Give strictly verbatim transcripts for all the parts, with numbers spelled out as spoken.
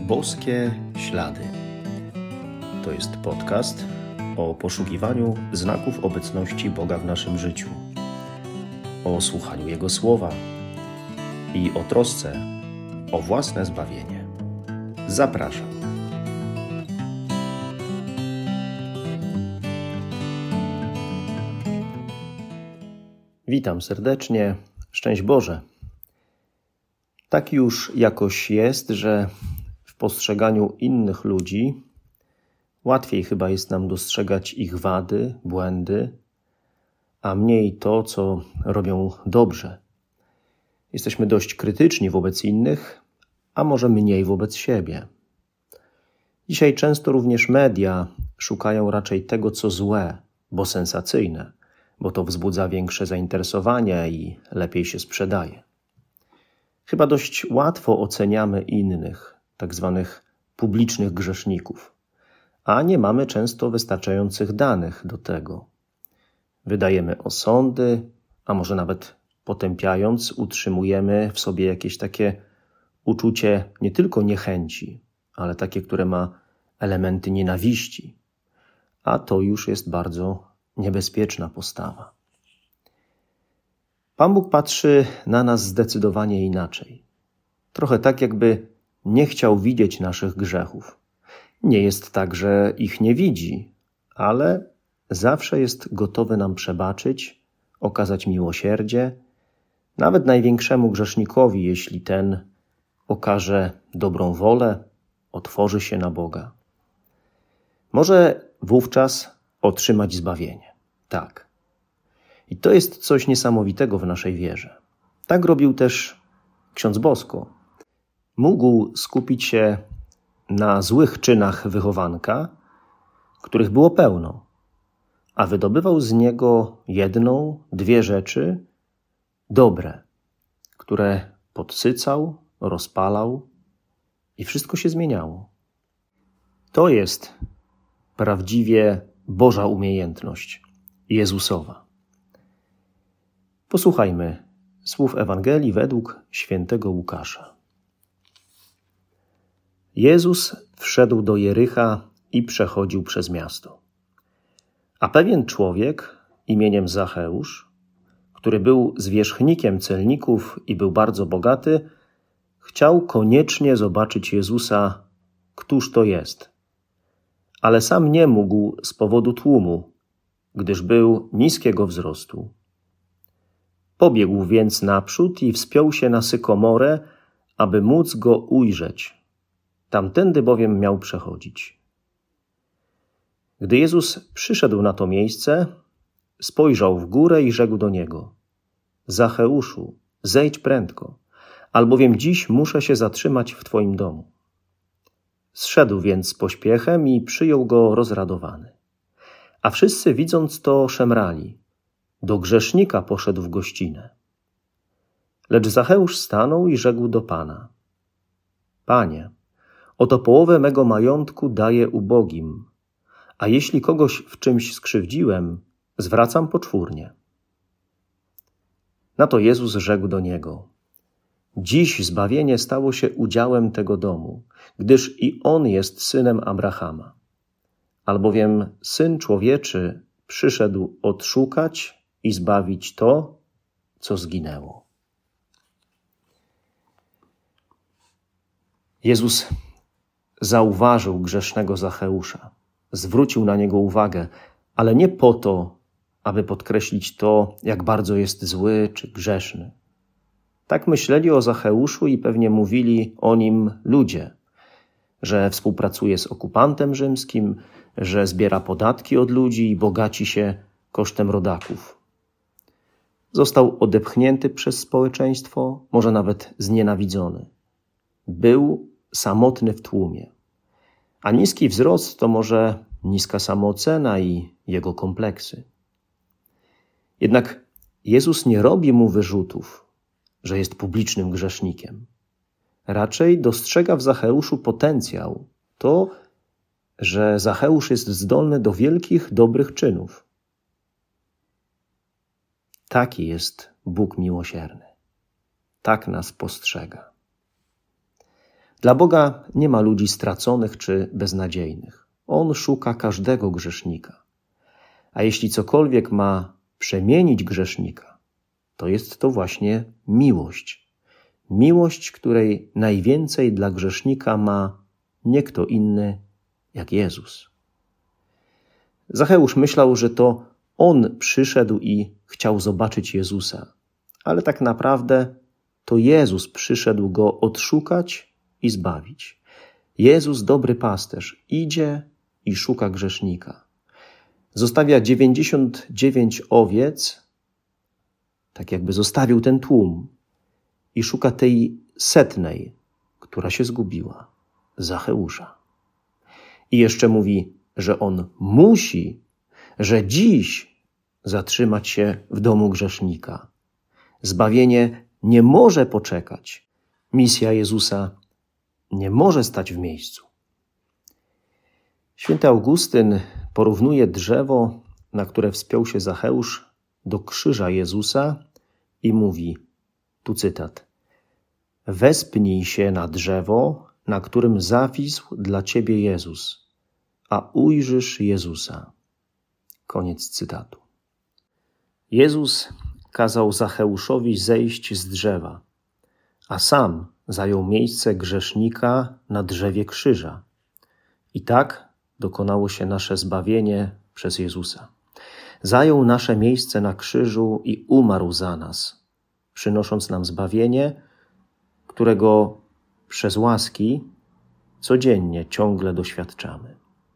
Boskie Ślady. To jest podcast o poszukiwaniu znaków obecności Boga w naszym życiu, o słuchaniu Jego słowa i o trosce o własne zbawienie. Zapraszam. Witam serdecznie. Szczęść Boże. Tak już jakoś jest, że w postrzeganiu innych ludzi łatwiej chyba jest nam dostrzegać ich wady, błędy, a mniej to, co robią dobrze. Jesteśmy dość krytyczni wobec innych, a może mniej wobec siebie. Dzisiaj często również media szukają raczej tego, co złe, bo sensacyjne, bo to wzbudza większe zainteresowanie i lepiej się sprzedaje. Chyba dość łatwo oceniamy innych, tak zwanych publicznych grzeszników, a nie mamy często wystarczających danych do tego. Wydajemy osądy, a może nawet potępiając, utrzymujemy w sobie jakieś takie uczucie nie tylko niechęci, ale takie, które ma elementy nienawiści, a to już jest bardzo niebezpieczna postawa. Pan Bóg patrzy na nas zdecydowanie inaczej. Trochę tak, jakby nie chciał widzieć naszych grzechów. Nie jest tak, że ich nie widzi, ale zawsze jest gotowy nam przebaczyć, okazać miłosierdzie, nawet największemu grzesznikowi, jeśli ten okaże dobrą wolę, otworzy się na Boga. Może wówczas otrzymać zbawienie. Tak. I to jest coś niesamowitego w naszej wierze. Tak robił też ksiądz Bosko. Mógł skupić się na złych czynach wychowanka, których było pełno, a wydobywał z niego jedną, dwie rzeczy dobre, które podsycał, rozpalał i wszystko się zmieniało. To jest prawdziwie Boża umiejętność, Jezusowa. Posłuchajmy słów Ewangelii według świętego Łukasza. Jezus wszedł do Jericha i przechodził przez miasto. A pewien człowiek imieniem Zacheusz, który był zwierzchnikiem celników i był bardzo bogaty, chciał koniecznie zobaczyć Jezusa, któż to jest. Ale sam nie mógł z powodu tłumu, gdyż był niskiego wzrostu. Pobiegł więc naprzód i wspiął się na sykomorę, aby móc go ujrzeć. Tamtędy bowiem miał przechodzić. Gdy Jezus przyszedł na to miejsce, spojrzał w górę i rzekł do niego: Zacheuszu, zejdź prędko, albowiem dziś muszę się zatrzymać w twoim domu. Zszedł więc z pośpiechem i przyjął go rozradowany. A wszyscy widząc to szemrali. Do grzesznika poszedł w gościnę. Lecz Zacheusz stanął i rzekł do Pana: Panie, oto połowę mego majątku daję ubogim, a jeśli kogoś w czymś skrzywdziłem, zwracam poczwórnie. Na to Jezus rzekł do niego: Dziś zbawienie stało się udziałem tego domu, gdyż i on jest synem Abrahama. Albowiem Syn Człowieczy przyszedł odszukać i zbawić to, co zginęło. Jezus zauważył grzesznego Zacheusza, zwrócił na niego uwagę, ale nie po to, aby podkreślić to, jak bardzo jest zły czy grzeszny. Tak myśleli o Zacheuszu i pewnie mówili o nim ludzie, że współpracuje z okupantem rzymskim, że zbiera podatki od ludzi i bogaci się kosztem rodaków. Został odepchnięty przez społeczeństwo, może nawet znienawidzony. Był samotny w tłumie. A niski wzrost to może niska samoocena i jego kompleksy. Jednak Jezus nie robi mu wyrzutów, że jest publicznym grzesznikiem. Raczej dostrzega w Zacheuszu potencjał, to, że Zacheusz jest zdolny do wielkich, dobrych czynów. Taki jest Bóg miłosierny. Tak nas postrzega. Dla Boga nie ma ludzi straconych czy beznadziejnych. On szuka każdego grzesznika. A jeśli cokolwiek ma przemienić grzesznika, to jest to właśnie miłość. Miłość, której najwięcej dla grzesznika ma nie kto inny jak Jezus. Zacheusz myślał, że to on przyszedł i chciał zobaczyć Jezusa, ale tak naprawdę to Jezus przyszedł go odszukać i zbawić. Jezus, dobry pasterz, idzie i szuka grzesznika. Zostawia dziewięćdziesiąt dziewięć owiec, tak jakby zostawił ten tłum i szuka tej setnej, która się zgubiła, Zacheusza. I jeszcze mówi, że on musi, że dziś zatrzymać się w domu grzesznika. Zbawienie nie może poczekać. Misja Jezusa nie może stać w miejscu. Święty Augustyn porównuje drzewo, na które wspiął się Zacheusz, do krzyża Jezusa i mówi, tu cytat: wespnij się na drzewo, na którym zawisł dla ciebie Jezus, a ujrzysz Jezusa. Koniec cytatu. Jezus kazał Zacheuszowi zejść z drzewa, a sam zajął miejsce grzesznika na drzewie krzyża. I tak dokonało się nasze zbawienie przez Jezusa. Zajął nasze miejsce na krzyżu i umarł za nas, przynosząc nam zbawienie, którego przez łaski codziennie ciągle doświadczamy.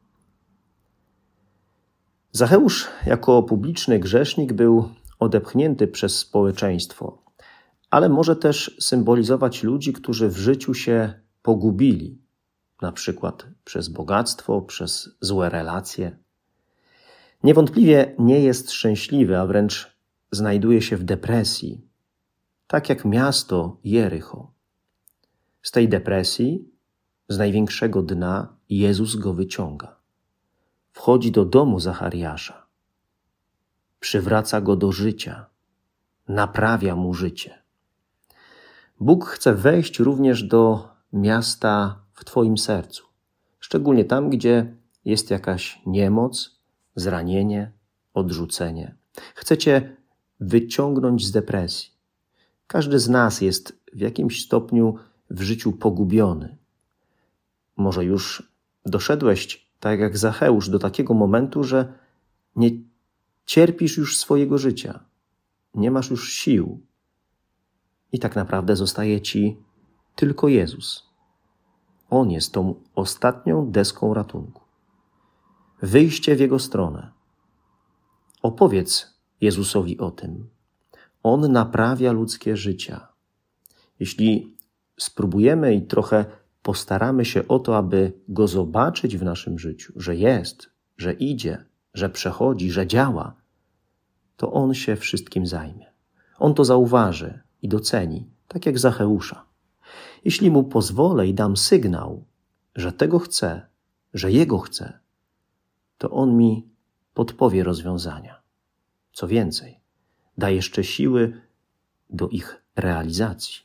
Zacheusz jako publiczny grzesznik był odepchnięty przez społeczeństwo, ale może też symbolizować ludzi, którzy w życiu się pogubili, na przykład przez bogactwo, przez złe relacje. Niewątpliwie nie jest szczęśliwy, a wręcz znajduje się w depresji, tak jak miasto Jericho. Z tej depresji, z największego dna, Jezus go wyciąga. Wchodzi do domu Zachariasza, przywraca go do życia, naprawia mu życie. Bóg chce wejść również do miasta w twoim sercu, szczególnie tam, gdzie jest jakaś niemoc, zranienie, odrzucenie. Chce cię wyciągnąć z depresji. Każdy z nas jest w jakimś stopniu w życiu pogubiony. Może już doszedłeś, tak jak Zacheusz, do takiego momentu, że nie cierpisz już swojego życia, nie masz już sił i tak naprawdę zostaje ci tylko Jezus. On jest tą ostatnią deską ratunku. Wyjście w Jego stronę. Opowiedz Jezusowi o tym. On naprawia ludzkie życia. Jeśli spróbujemy i trochę postaramy się o to, aby Go zobaczyć w naszym życiu, że jest, że idzie, że przechodzi, że działa, to On się wszystkim zajmie. On to zauważy i doceni, tak jak Zacheusza. Jeśli Mu pozwolę i dam sygnał, że tego chcę, że Jego chcę, to On mi podpowie rozwiązania. Co więcej, da jeszcze siły do ich realizacji.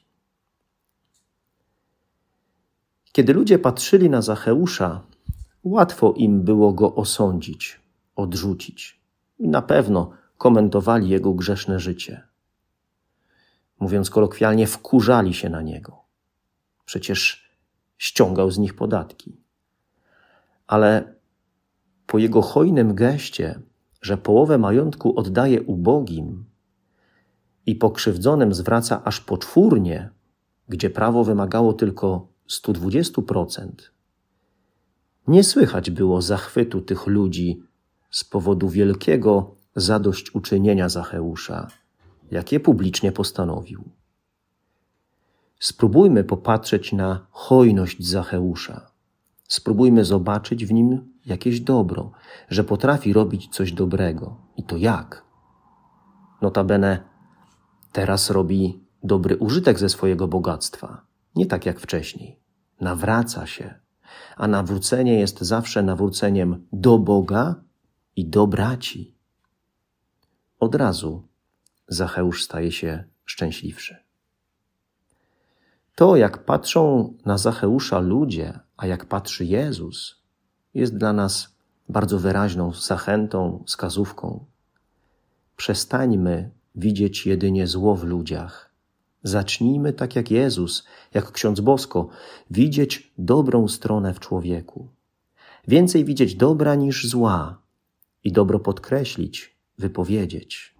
Kiedy ludzie patrzyli na Zacheusza, łatwo im było go osądzić, odrzucić i na pewno komentowali jego grzeszne życie. Mówiąc kolokwialnie, wkurzali się na niego. Przecież ściągał z nich podatki. Ale po jego hojnym geście, że połowę majątku oddaje ubogim i pokrzywdzonym zwraca aż poczwórnie, gdzie prawo wymagało tylko sto dwadzieścia procent, nie słychać było zachwytu tych ludzi z powodu wielkiego zadośćuczynienia Zacheusza, jakie publicznie postanowił. Spróbujmy popatrzeć na hojność Zacheusza. Spróbujmy zobaczyć w nim jakieś dobro, że potrafi robić coś dobrego. I to jak? Notabene teraz robi dobry użytek ze swojego bogactwa. Nie tak jak wcześniej. Nawraca się. A nawrócenie jest zawsze nawróceniem do Boga i do braci. Od razu Zacheusz staje się szczęśliwszy. To, jak patrzą na Zacheusza ludzie, a jak patrzy Jezus, jest dla nas bardzo wyraźną zachętą, wskazówką. Przestańmy widzieć jedynie zło w ludziach. Zacznijmy tak jak Jezus, jak ksiądz Bosko, widzieć dobrą stronę w człowieku. Więcej widzieć dobra niż zła i dobro podkreślić, wypowiedzieć.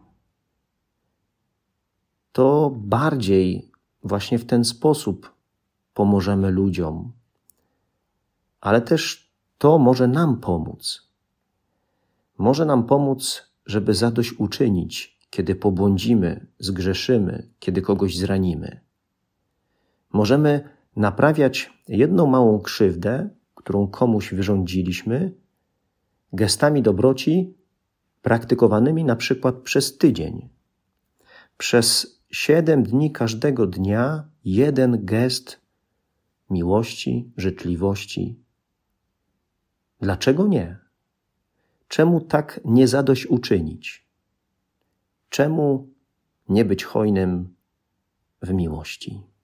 To bardziej właśnie w ten sposób pomożemy ludziom, ale też to może nam pomóc. Może nam pomóc, żeby zadośćuczynić, kiedy pobłądzimy, zgrzeszymy, kiedy kogoś zranimy. Możemy naprawiać jedną małą krzywdę, którą komuś wyrządziliśmy, gestami dobroci praktykowanymi na przykład przez tydzień. Przez siedem dni każdego dnia jeden gest miłości, życzliwości. Dlaczego nie? Czemu tak nie zadośćuczynić? Czemu nie być hojnym w miłości?